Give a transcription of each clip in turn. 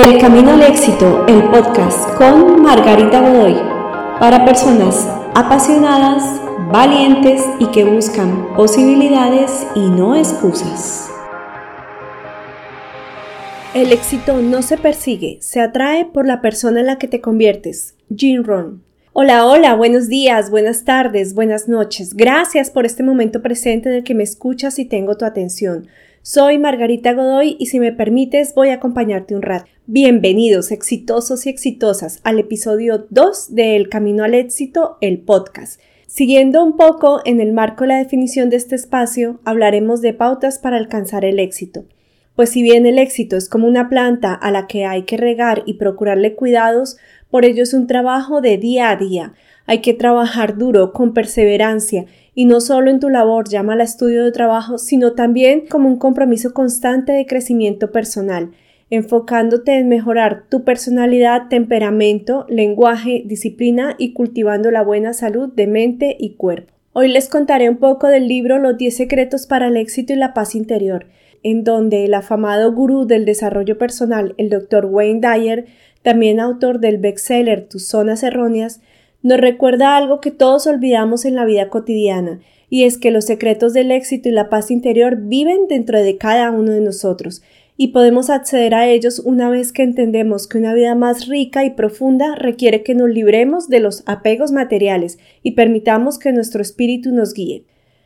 El Camino al Éxito, el podcast con Margarita Godoy, para personas apasionadas, valientes y que buscan posibilidades y no excusas. El éxito no se persigue, se atrae por la persona en la que te conviertes. Jim Rohn. Hola, buenos días, buenas tardes, buenas noches. Gracias por este momento presente en el que me escuchas y tengo tu atención. Soy Margarita Godoy y si me permites voy a acompañarte un rato. Bienvenidos, exitosos y exitosas, al episodio 2 de El Camino al Éxito, el podcast. Siguiendo un poco en el marco de la definición de este espacio, hablaremos de pautas para alcanzar el éxito. Pues si bien el éxito es como una planta a la que hay que regar y procurarle cuidados, por ello es un trabajo de día a día. Hay que trabajar duro, con perseverancia, y no solo en tu labor, llámala estudio de trabajo, sino también como un compromiso constante de crecimiento personal, enfocándote en mejorar tu personalidad, temperamento, lenguaje, disciplina y cultivando la buena salud de mente y cuerpo. Hoy les contaré un poco del libro Los 10 secretos para el éxito y la paz interior, en donde el afamado gurú del desarrollo personal, el Dr. Wayne Dyer, también autor del bestseller Tus zonas erróneas, nos recuerda algo que todos olvidamos en la vida cotidiana, y es que los secretos del éxito y la paz interior viven dentro de cada uno de nosotros, y podemos acceder a ellos una vez que entendemos que una vida más rica y profunda requiere que nos libremos de los apegos materiales y permitamos que nuestro espíritu nos guíe.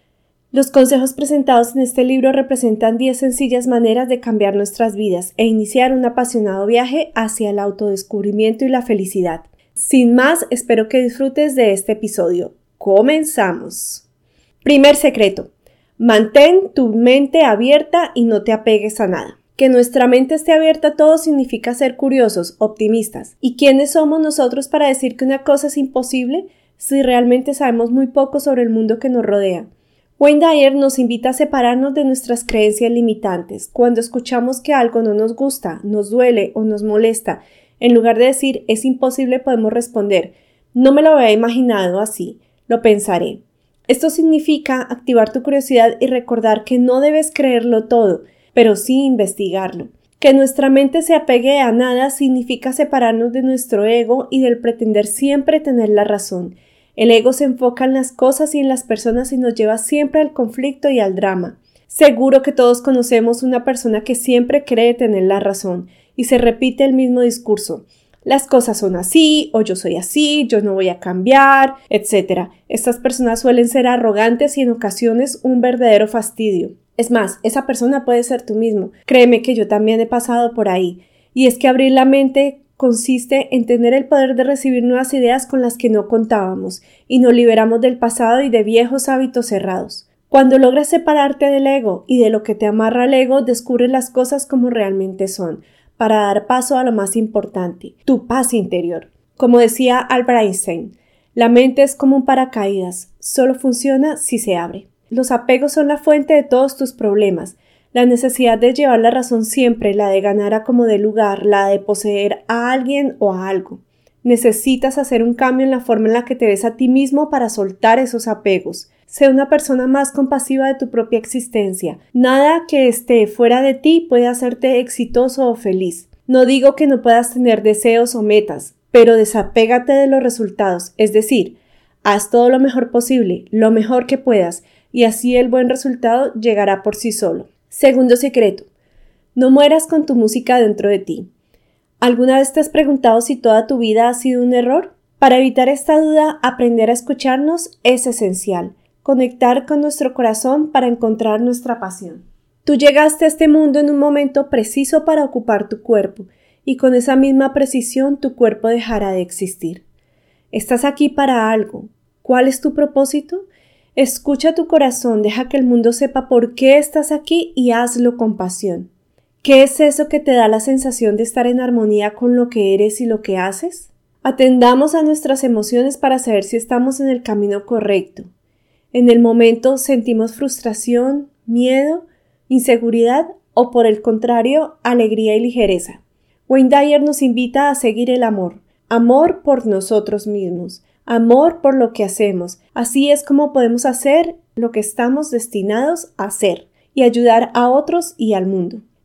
Los consejos presentados en este libro representan 10 sencillas maneras de cambiar nuestras vidas e iniciar un apasionado viaje hacia el autodescubrimiento y la felicidad. Sin más, espero que disfrutes de este episodio. ¡Comenzamos! Primer secreto. Mantén tu mente abierta y no te apegues a nada. Que nuestra mente esté abierta a todo significa ser curiosos, optimistas. ¿Y quiénes somos nosotros para decir que una cosa es imposible si realmente sabemos muy poco sobre el mundo que nos rodea? Wayne Dyer nos invita a separarnos de nuestras creencias limitantes. Cuando escuchamos que algo no nos gusta, nos duele o nos molesta, en lugar de decir es imposible, podemos responder no me lo había imaginado así, lo pensaré. Esto significa activar tu curiosidad y recordar que no debes creerlo todo, pero sí investigarlo. Que nuestra mente se apegue a nada significa separarnos de nuestro ego y del pretender siempre tener la razón. El ego se enfoca en las cosas y en las personas y nos lleva siempre al conflicto y al drama. Seguro que todos conocemos una persona que siempre cree tener la razón y se repite el mismo discurso. Las cosas son así, o yo soy así, yo no voy a cambiar, etc. Estas personas suelen ser arrogantes y en ocasiones un verdadero fastidio. Es más, esa persona puede ser tú mismo. Créeme que yo también he pasado por ahí. Y es que abrir la mente consiste en tener el poder de recibir nuevas ideas con las que no contábamos y nos liberamos del pasado y de viejos hábitos cerrados. Cuando logras separarte del ego y de lo que te amarra al ego, descubres las cosas como realmente son, para dar paso a lo más importante, tu paz interior. Como decía Albert Einstein, la mente es como un paracaídas, solo funciona si se abre. Los apegos son la fuente de todos tus problemas. La necesidad de llevar la razón siempre, la de ganar a como dé lugar, la de poseer a alguien o a algo. Necesitas hacer un cambio en la forma en la que te ves a ti mismo para soltar esos apegos. Sé una persona más compasiva de tu propia existencia. Nada que esté fuera de ti puede hacerte exitoso o feliz. No digo que no puedas tener deseos o metas, pero desapégate de los resultados, es decir, haz todo lo mejor posible, lo mejor que puedas, y así el buen resultado llegará por sí solo. Segundo secreto. No mueras con tu música dentro de ti. ¿Alguna vez te has preguntado si toda tu vida ha sido un error? Para evitar esta duda, aprender a escucharnos es esencial. Conectar con nuestro corazón para encontrar nuestra pasión. Tú llegaste a este mundo en un momento preciso para ocupar tu cuerpo, y con esa misma precisión tu cuerpo dejará de existir. Estás aquí para algo. ¿Cuál es tu propósito? Escucha tu corazón, deja que el mundo sepa por qué estás aquí y hazlo con pasión. ¿Qué es eso que te da la sensación de estar en armonía con lo que eres y lo que haces? Atendamos a nuestras emociones para saber si estamos en el camino correcto. En el momento sentimos frustración, miedo, inseguridad o por el contrario, alegría y ligereza. Wayne Dyer nos invita a seguir el amor. Amor por nosotros mismos. Amor por lo que hacemos. Así es como podemos hacer lo que estamos destinados a hacer y ayudar a otros y al mundo.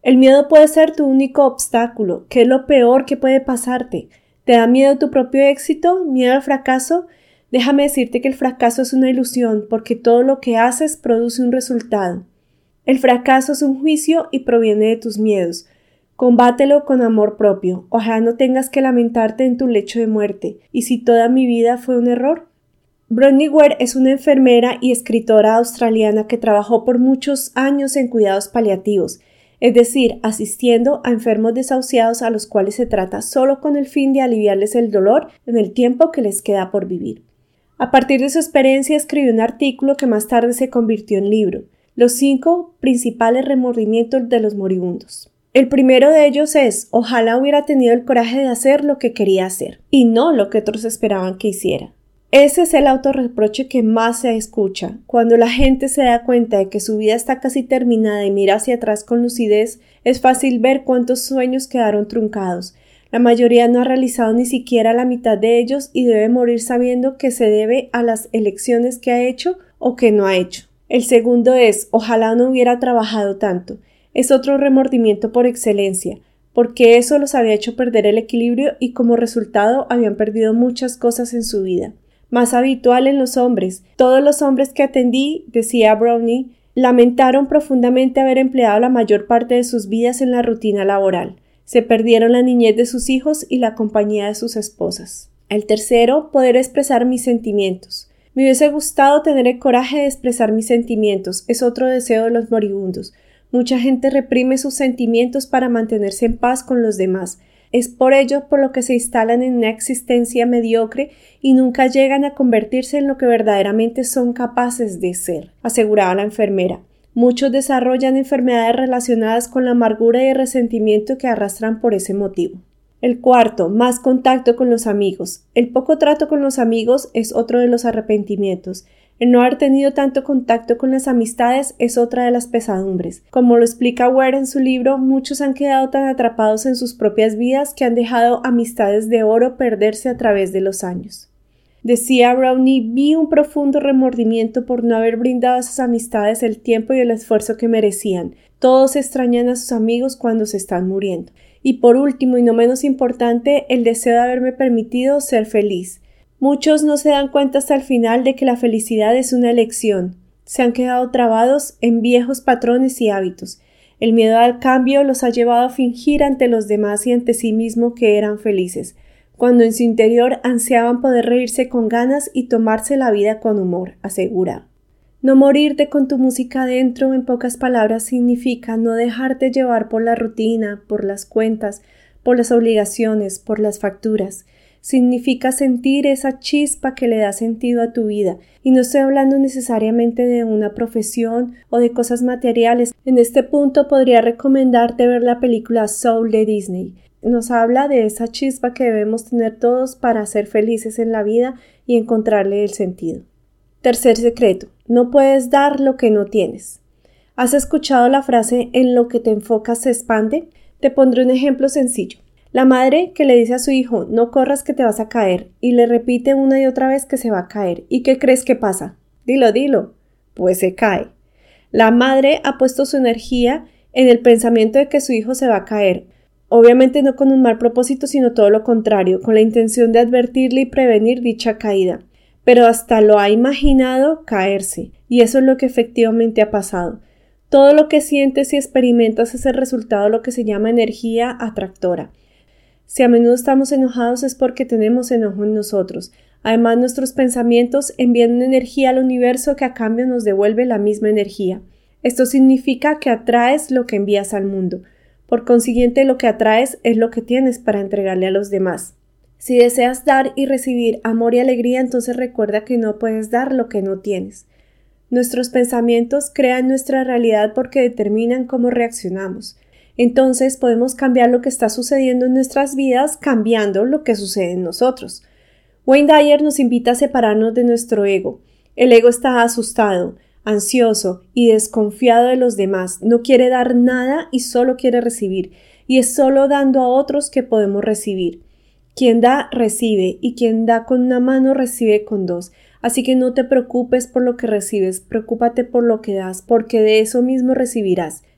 El miedo puede ser tu único obstáculo. ¿Qué es lo peor que puede pasarte? ¿Te da miedo tu propio éxito? ¿Miedo al fracaso? Déjame decirte que el fracaso es una ilusión porque todo lo que haces produce un resultado. El fracaso es un juicio y proviene de tus miedos. Combátelo con amor propio. Ojalá no tengas que lamentarte en tu lecho de muerte. ¿Y si toda mi vida fue un error? Bronnie Ware es una enfermera y escritora australiana que trabajó por muchos años en cuidados paliativos, es decir, asistiendo a enfermos desahuciados a los cuales se trata solo con el fin de aliviarles el dolor en el tiempo que les queda por vivir. A partir de su experiencia escribió un artículo que más tarde se convirtió en libro, Los 5 principales remordimientos de los moribundos. El primero de ellos es: ojalá hubiera tenido el coraje de hacer lo que quería hacer, y no lo que otros esperaban que hiciera. Ese es el autorreproche que más se escucha. Cuando la gente se da cuenta de que su vida está casi terminada y mira hacia atrás con lucidez, es fácil ver cuántos sueños quedaron truncados. La mayoría no ha realizado ni siquiera la mitad de ellos y debe morir sabiendo que se debe a las elecciones que ha hecho o que no ha hecho. El segundo es: ojalá no hubiera trabajado tanto. Es otro remordimiento por excelencia, porque eso los había hecho perder el equilibrio y como resultado habían perdido muchas cosas en su vida. Más habitual en los hombres. Todos los hombres que atendí, decía Bronnie, lamentaron profundamente haber empleado la mayor parte de sus vidas en la rutina laboral. Se perdieron la niñez de sus hijos y la compañía de sus esposas. El tercero, poder expresar mis sentimientos. Me hubiese gustado tener el coraje de expresar mis sentimientos. Es otro deseo de los moribundos. Mucha gente reprime sus sentimientos para mantenerse en paz con los demás. Es por ello por lo que se instalan en una existencia mediocre y nunca llegan a convertirse en lo que verdaderamente son capaces de ser, aseguraba la enfermera. Muchos desarrollan enfermedades relacionadas con la amargura y el resentimiento que arrastran por ese motivo. El cuarto, más contacto con los amigos. El poco trato con los amigos es otro de los arrepentimientos. El no haber tenido tanto contacto con las amistades es otra de las pesadumbres. Como lo explica Ware en su libro, muchos han quedado tan atrapados en sus propias vidas que han dejado amistades de oro perderse a través de los años. Decía Bronnie: vi un profundo remordimiento por no haber brindado a esas amistades el tiempo y el esfuerzo que merecían. Todos extrañan a sus amigos cuando se están muriendo. Y por último, y no menos importante, el deseo de haberme permitido ser feliz. Muchos no se dan cuenta hasta el final de que la felicidad es una elección. Se han quedado trabados en viejos patrones y hábitos. El miedo al cambio los ha llevado a fingir ante los demás y ante sí mismo que eran felices, cuando en su interior ansiaban poder reírse con ganas y tomarse la vida con humor, asegura. No morirte con tu música adentro, en pocas palabras, significa no dejarte llevar por la rutina, por las cuentas, por las obligaciones, por las facturas. Significa sentir esa chispa que le da sentido a tu vida. Y no estoy hablando necesariamente de una profesión o de cosas materiales. En este punto podría recomendarte ver la película Soul de Disney. Nos habla de esa chispa que debemos tener todos para ser felices en la vida y encontrarle el sentido. Tercer secreto: no puedes dar lo que no tienes. ¿Has escuchado la frase "en lo que te enfocas se expande"? Te pondré un ejemplo sencillo. La madre que le dice a su hijo: no corras que te vas a caer, y le repite una y otra vez que se va a caer. ¿Y qué crees que pasa? Dilo. Pues se cae. La madre ha puesto su energía en el pensamiento de que su hijo se va a caer. Obviamente no con un mal propósito, sino todo lo contrario, con la intención de advertirle y prevenir dicha caída. Pero hasta lo ha imaginado caerse, y eso es lo que efectivamente ha pasado. Todo lo que sientes y experimentas es el resultado de lo que se llama energía atractora. Si a menudo estamos enojados es porque tenemos enojo en nosotros. Además, nuestros pensamientos envían una energía al universo que a cambio nos devuelve la misma energía. Esto significa que atraes lo que envías al mundo. Por consiguiente, lo que atraes es lo que tienes para entregarle a los demás. Si deseas dar y recibir amor y alegría, entonces recuerda que no puedes dar lo que no tienes. Nuestros pensamientos crean nuestra realidad porque determinan cómo reaccionamos. Entonces podemos cambiar lo que está sucediendo en nuestras vidas cambiando lo que sucede en nosotros. Wayne Dyer nos invita a separarnos de nuestro ego. El ego está asustado, ansioso y desconfiado de los demás. No quiere dar nada y solo quiere recibir. Y es solo dando a otros que podemos recibir. Quien da, recibe, y quien da con una mano, recibe con dos. Así que no te preocupes por lo que recibes, preocúpate por lo que das, porque de eso mismo recibirás.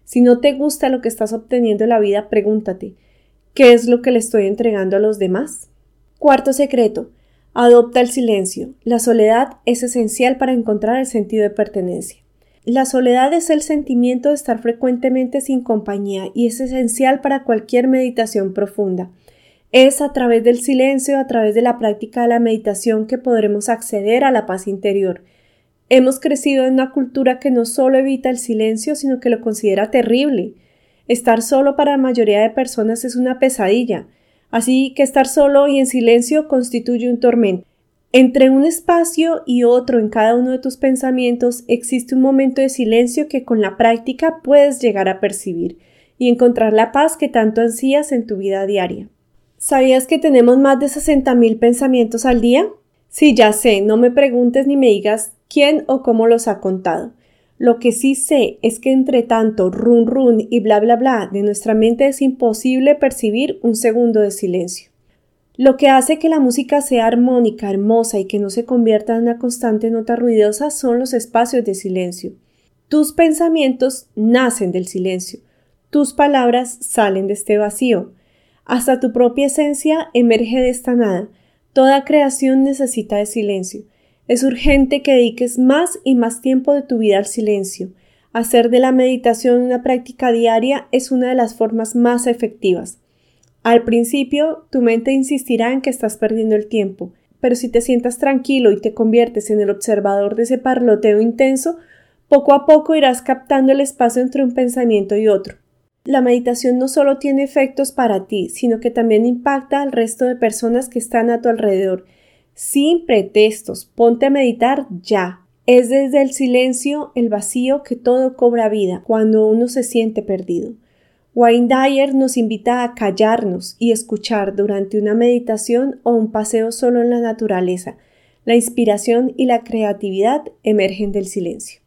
Si no te gusta lo que estás obteniendo en la vida, pregúntate, ¿qué es lo que le estoy entregando a los demás? Cuarto secreto, adopta el silencio. La soledad es esencial para encontrar el sentido de pertenencia. La soledad es el sentimiento de estar frecuentemente sin compañía y es esencial para cualquier meditación profunda. Es a través del silencio, a través de la práctica de la meditación que podremos acceder a la paz interior. Hemos crecido en una cultura que no solo evita el silencio, sino que lo considera terrible. Estar solo para la mayoría de personas es una pesadilla, así que estar solo y en silencio constituye un tormento. Entre un espacio y otro en cada uno de tus pensamientos existe un momento de silencio que con la práctica puedes llegar a percibir y encontrar la paz que tanto ansías en tu vida diaria. ¿Sabías que tenemos más de 60.000 pensamientos al día? Sí, ya sé, no me preguntes ni me digas quién o cómo los ha contado. Lo que sí sé es que entre tanto run run y bla bla bla de nuestra mente es imposible percibir un segundo de silencio. Lo que hace que la música sea armónica, hermosa y que no se convierta en una constante nota ruidosa son los espacios de silencio. Tus pensamientos nacen del silencio. Tus palabras salen de este vacío. Hasta tu propia esencia emerge de esta nada. Toda creación necesita de silencio. Es urgente que dediques más y más tiempo de tu vida al silencio. Hacer de la meditación una práctica diaria es una de las formas más efectivas. Al principio, tu mente insistirá en que estás perdiendo el tiempo, pero si te sientas tranquilo y te conviertes en el observador de ese parloteo intenso, poco a poco irás captando el espacio entre un pensamiento y otro. La meditación no solo tiene efectos para ti, sino que también impacta al resto de personas que están a tu alrededor. Sin pretextos, ponte a meditar ya. Es desde el silencio, el vacío, que todo cobra vida, cuando uno se siente perdido. Wayne Dyer nos invita a callarnos y escuchar durante una meditación o un paseo solo en la naturaleza. La inspiración y la creatividad emergen del silencio.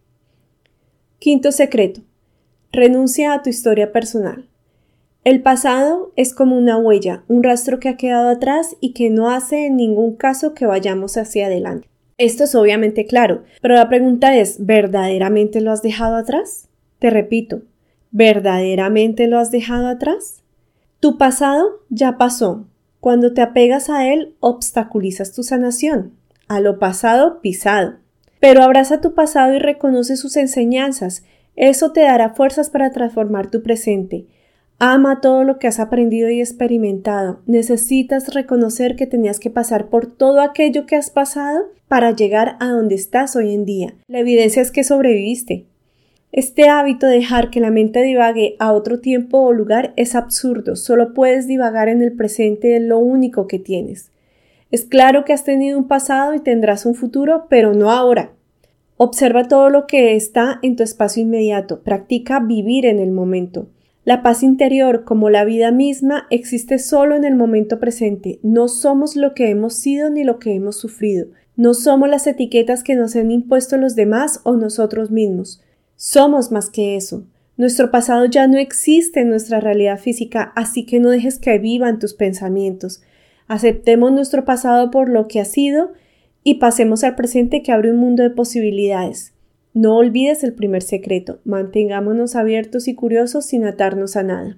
Quinto secreto. Renuncia a tu historia personal. El pasado es como una huella, un rastro que ha quedado atrás y que no hace en ningún caso que vayamos hacia adelante. Esto es obviamente claro, pero la pregunta es, ¿verdaderamente lo has dejado atrás? Te repito, ¿verdaderamente lo has dejado atrás? Tu pasado ya pasó. Cuando te apegas a él, obstaculizas tu sanación. A lo pasado, pisado. Pero abraza tu pasado y reconoce sus enseñanzas. Eso te dará fuerzas para transformar tu presente. Ama todo lo que has aprendido y experimentado. Necesitas reconocer que tenías que pasar por todo aquello que has pasado para llegar a donde estás hoy en día. La evidencia es que sobreviviste. Este hábito de dejar que la mente divague a otro tiempo o lugar es absurdo. Solo puedes divagar en el presente, es lo único que tienes. Es claro que has tenido un pasado y tendrás un futuro, pero no ahora. Observa todo lo que está en tu espacio inmediato. Practica vivir en el momento. La paz interior, como la vida misma, existe solo en el momento presente. No somos lo que hemos sido ni lo que hemos sufrido. No somos las etiquetas que nos han impuesto los demás o nosotros mismos. Somos más que eso. Nuestro pasado ya no existe en nuestra realidad física, así que no dejes que vivan tus pensamientos. Aceptemos nuestro pasado por lo que ha sido y pasemos al presente que abre un mundo de posibilidades. No olvides el primer secreto. Mantengámonos abiertos y curiosos sin atarnos a nada.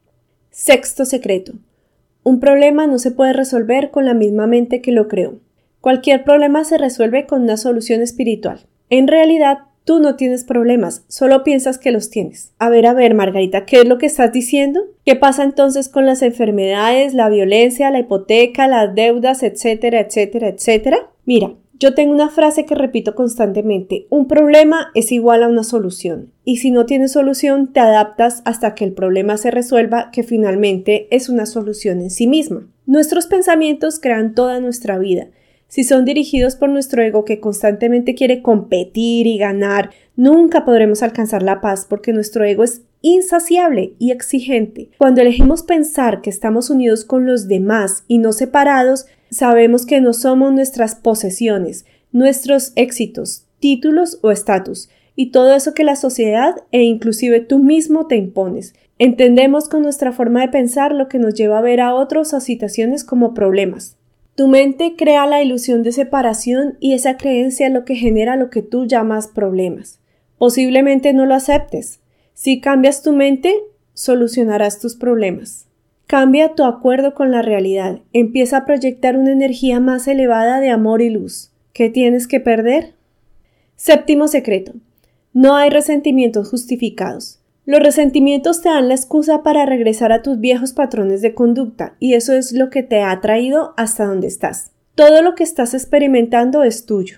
Sexto secreto. Un problema no se puede resolver con la misma mente que lo creó. Cualquier problema se resuelve con una solución espiritual. En realidad, tú no tienes problemas, solo piensas que los tienes. A ver, Margarita, ¿qué es lo que estás diciendo? ¿Qué pasa entonces con las enfermedades, la violencia, la hipoteca, las deudas, etcétera, etcétera, etcétera? Mira, yo tengo una frase que repito constantemente. Un problema es igual a una solución. Y si no tienes solución, te adaptas hasta que el problema se resuelva, que finalmente es una solución en sí misma. Nuestros pensamientos crean toda nuestra vida. Si son dirigidos por nuestro ego que constantemente quiere competir y ganar, nunca podremos alcanzar la paz porque nuestro ego es insaciable y exigente. Cuando elegimos pensar que estamos unidos con los demás y no separados, sabemos que no somos nuestras posesiones, nuestros éxitos, títulos o estatus, y todo eso que la sociedad e inclusive tú mismo te impones. Entendemos con nuestra forma de pensar lo que nos lleva a ver a otros o situaciones como problemas. Tu mente crea la ilusión de separación y esa creencia es lo que genera lo que tú llamas problemas. Posiblemente no lo aceptes. Si cambias tu mente, solucionarás tus problemas. Cambia tu acuerdo con la realidad. Empieza a proyectar una energía más elevada de amor y luz. ¿Qué tienes que perder? Séptimo secreto. No hay resentimientos justificados. Los resentimientos te dan la excusa para regresar a tus viejos patrones de conducta y eso es lo que te ha traído hasta donde estás. Todo lo que estás experimentando es tuyo.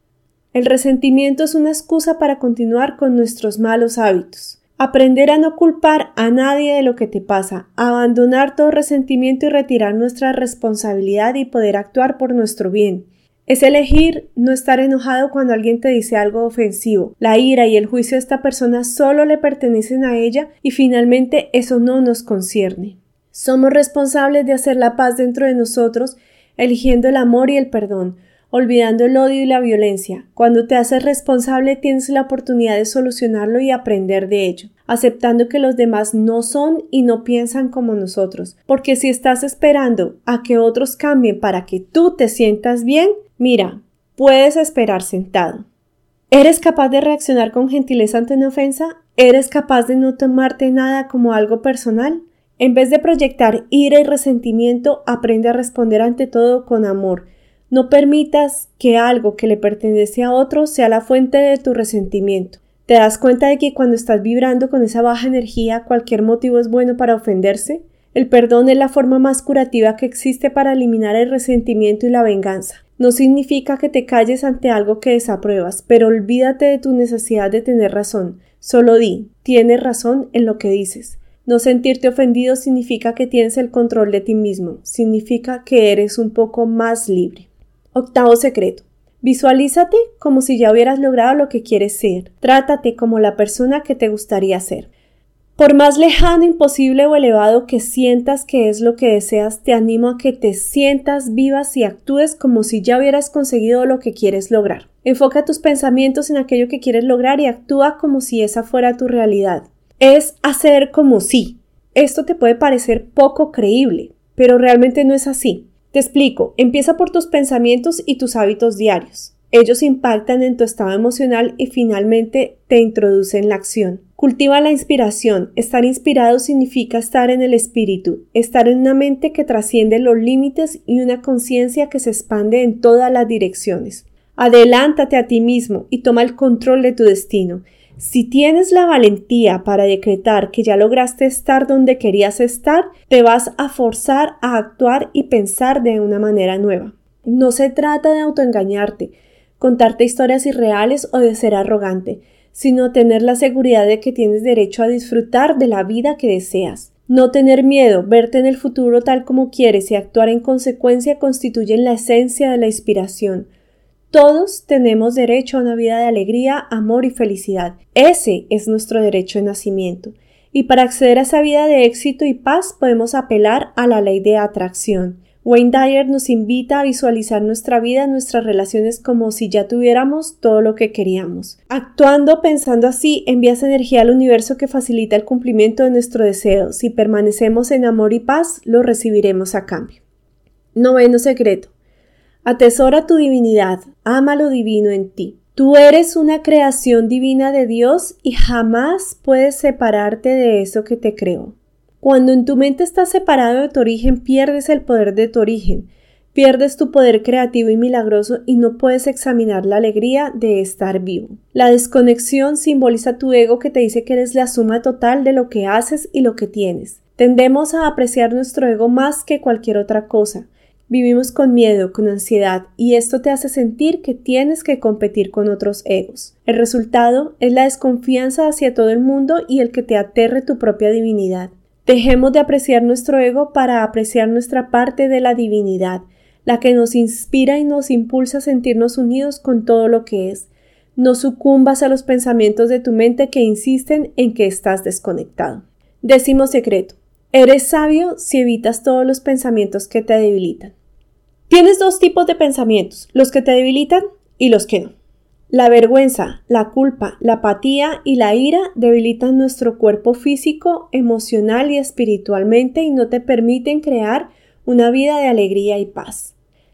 El resentimiento es una excusa para continuar con nuestros malos hábitos. Aprender a no culpar a nadie de lo que te pasa, abandonar todo resentimiento y retirar nuestra responsabilidad y poder actuar por nuestro bien. Es elegir no estar enojado cuando alguien te dice algo ofensivo. La ira y el juicio de esta persona solo le pertenecen a ella y finalmente eso no nos concierne. Somos responsables de hacer la paz dentro de nosotros, eligiendo el amor y el perdón, olvidando el odio y la violencia. Cuando te haces responsable tienes la oportunidad de solucionarlo y aprender de ello, aceptando que los demás no son y no piensan como nosotros. Porque si estás esperando a que otros cambien para que tú te sientas bien, mira, puedes esperar sentado. ¿Eres capaz de reaccionar con gentileza ante una ofensa? ¿Eres capaz de no tomarte nada como algo personal? En vez de proyectar ira y resentimiento, aprende a responder ante todo con amor. No permitas que algo que le pertenece a otro sea la fuente de tu resentimiento. ¿Te das cuenta de que cuando estás vibrando con esa baja energía, cualquier motivo es bueno para ofenderse? El perdón es la forma más curativa que existe para eliminar el resentimiento y la venganza. No significa que te calles ante algo que desapruebas, pero olvídate de tu necesidad de tener razón. Solo di, tienes razón en lo que dices. No sentirte ofendido significa que tienes el control de ti mismo. Significa que eres un poco más libre. Octavo secreto. Visualízate como si ya hubieras logrado lo que quieres ser. Trátate como la persona que te gustaría ser. Por más lejano, imposible o elevado que sientas que es lo que deseas, te animo a que te sientas, vivas y actúes como si ya hubieras conseguido lo que quieres lograr. Enfoca tus pensamientos en aquello que quieres lograr y actúa como si esa fuera tu realidad. Es hacer como si. Esto te puede parecer poco creíble, pero realmente no es así. Te explico, empieza por tus pensamientos y tus hábitos diarios. Ellos impactan en tu estado emocional y finalmente te introducen la acción. Cultiva la inspiración. Estar inspirado significa estar en el espíritu, estar en una mente que trasciende los límites y una conciencia que se expande en todas las direcciones. Adelántate a ti mismo y toma el control de tu destino. Si tienes la valentía para decretar que ya lograste estar donde querías estar, te vas a forzar a actuar y pensar de una manera nueva. No se trata de autoengañarte, contarte historias irreales o de ser arrogante, sino tener la seguridad de que tienes derecho a disfrutar de la vida que deseas. No tener miedo, verte en el futuro tal como quieres y actuar en consecuencia constituyen la esencia de la inspiración. Todos tenemos derecho a una vida de alegría, amor y felicidad. Ese es nuestro derecho de nacimiento. Y para acceder a esa vida de éxito y paz podemos apelar a la ley de atracción. Wayne Dyer nos invita a visualizar nuestra vida, nuestras relaciones como si ya tuviéramos todo lo que queríamos. Actuando, pensando así, envías energía al universo que facilita el cumplimiento de nuestro deseo. Si permanecemos en amor y paz, lo recibiremos a cambio. Noveno secreto. Atesora tu divinidad, ama lo divino en ti. Tú eres una creación divina de Dios y jamás puedes separarte de eso que te creó. Cuando en tu mente estás separado de tu origen, pierdes el poder de tu origen, pierdes tu poder creativo y milagroso y no puedes examinar la alegría de estar vivo. La desconexión simboliza tu ego que te dice que eres la suma total de lo que haces y lo que tienes. Tendemos a apreciar nuestro ego más que cualquier otra cosa. Vivimos con miedo, con ansiedad, y esto te hace sentir que tienes que competir con otros egos. El resultado es la desconfianza hacia todo el mundo y el que te aterre tu propia divinidad. Dejemos de apreciar nuestro ego para apreciar nuestra parte de la divinidad, la que nos inspira y nos impulsa a sentirnos unidos con todo lo que es. No sucumbas a los pensamientos de tu mente que insisten en que estás desconectado. Décimo secreto. Eres sabio si evitas todos los pensamientos que te debilitan. Tienes dos tipos de pensamientos, los que te debilitan y los que no. La vergüenza, la culpa, la apatía y la ira debilitan nuestro cuerpo físico, emocional y espiritualmente y no te permiten crear una vida de alegría y paz.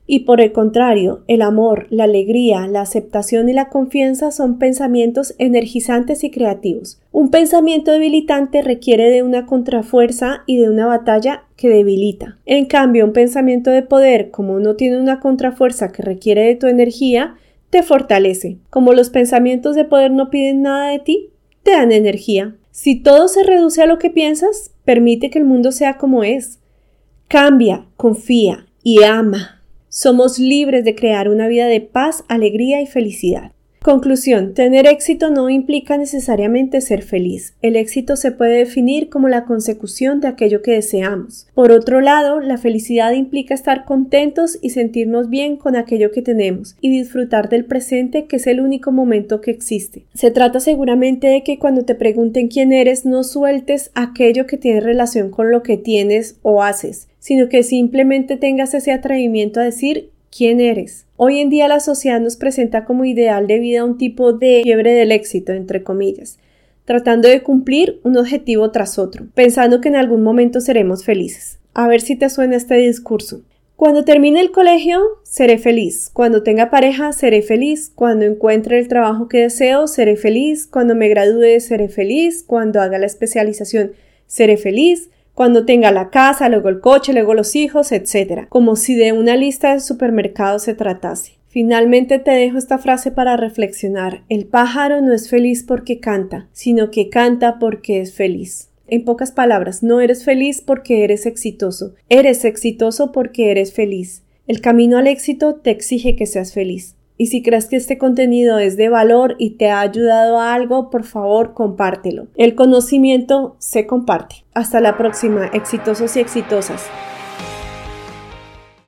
Y por el contrario, el amor, la alegría, la aceptación y la confianza son pensamientos energizantes y creativos. Un pensamiento debilitante requiere de una contrafuerza y de una batalla que debilita. En cambio, un pensamiento de poder, como no tiene una contrafuerza que requiere de tu energía, te fortalece. Como los pensamientos de poder no piden nada de ti, te dan energía. Si todo se reduce a lo que piensas, permite que el mundo sea como es. Cambia, confía y ama. Somos libres de crear una vida de paz, alegría y felicidad. Conclusión: tener éxito no implica necesariamente ser feliz. El éxito se puede definir como la consecución de aquello que deseamos. Por otro lado, la felicidad implica estar contentos y sentirnos bien con aquello que tenemos y disfrutar del presente, que es el único momento que existe. Se trata seguramente de que cuando te pregunten quién eres, no sueltes aquello que tiene relación con lo que tienes o haces, sino que simplemente tengas ese atrevimiento a decir ¿quién eres? Hoy en día la sociedad nos presenta como ideal de vida un tipo de fiebre del éxito, entre comillas, tratando de cumplir un objetivo tras otro, pensando que en algún momento seremos felices. A ver si te suena este discurso. Cuando termine el colegio, seré feliz. Cuando tenga pareja, seré feliz. Cuando encuentre el trabajo que deseo, seré feliz. Cuando me gradúe, seré feliz. Cuando haga la especialización, seré feliz. Cuando tenga la casa, luego el coche, luego los hijos, etc. Como si de una lista de supermercados se tratase. Finalmente te dejo esta frase para reflexionar. El pájaro no es feliz porque canta, sino que canta porque es feliz. En pocas palabras, no eres feliz porque eres exitoso porque eres feliz. El camino al éxito te exige que seas feliz. Y si crees que este contenido es de valor y te ha ayudado a algo, por favor, compártelo. El conocimiento se comparte. Hasta la próxima, exitosos y exitosas.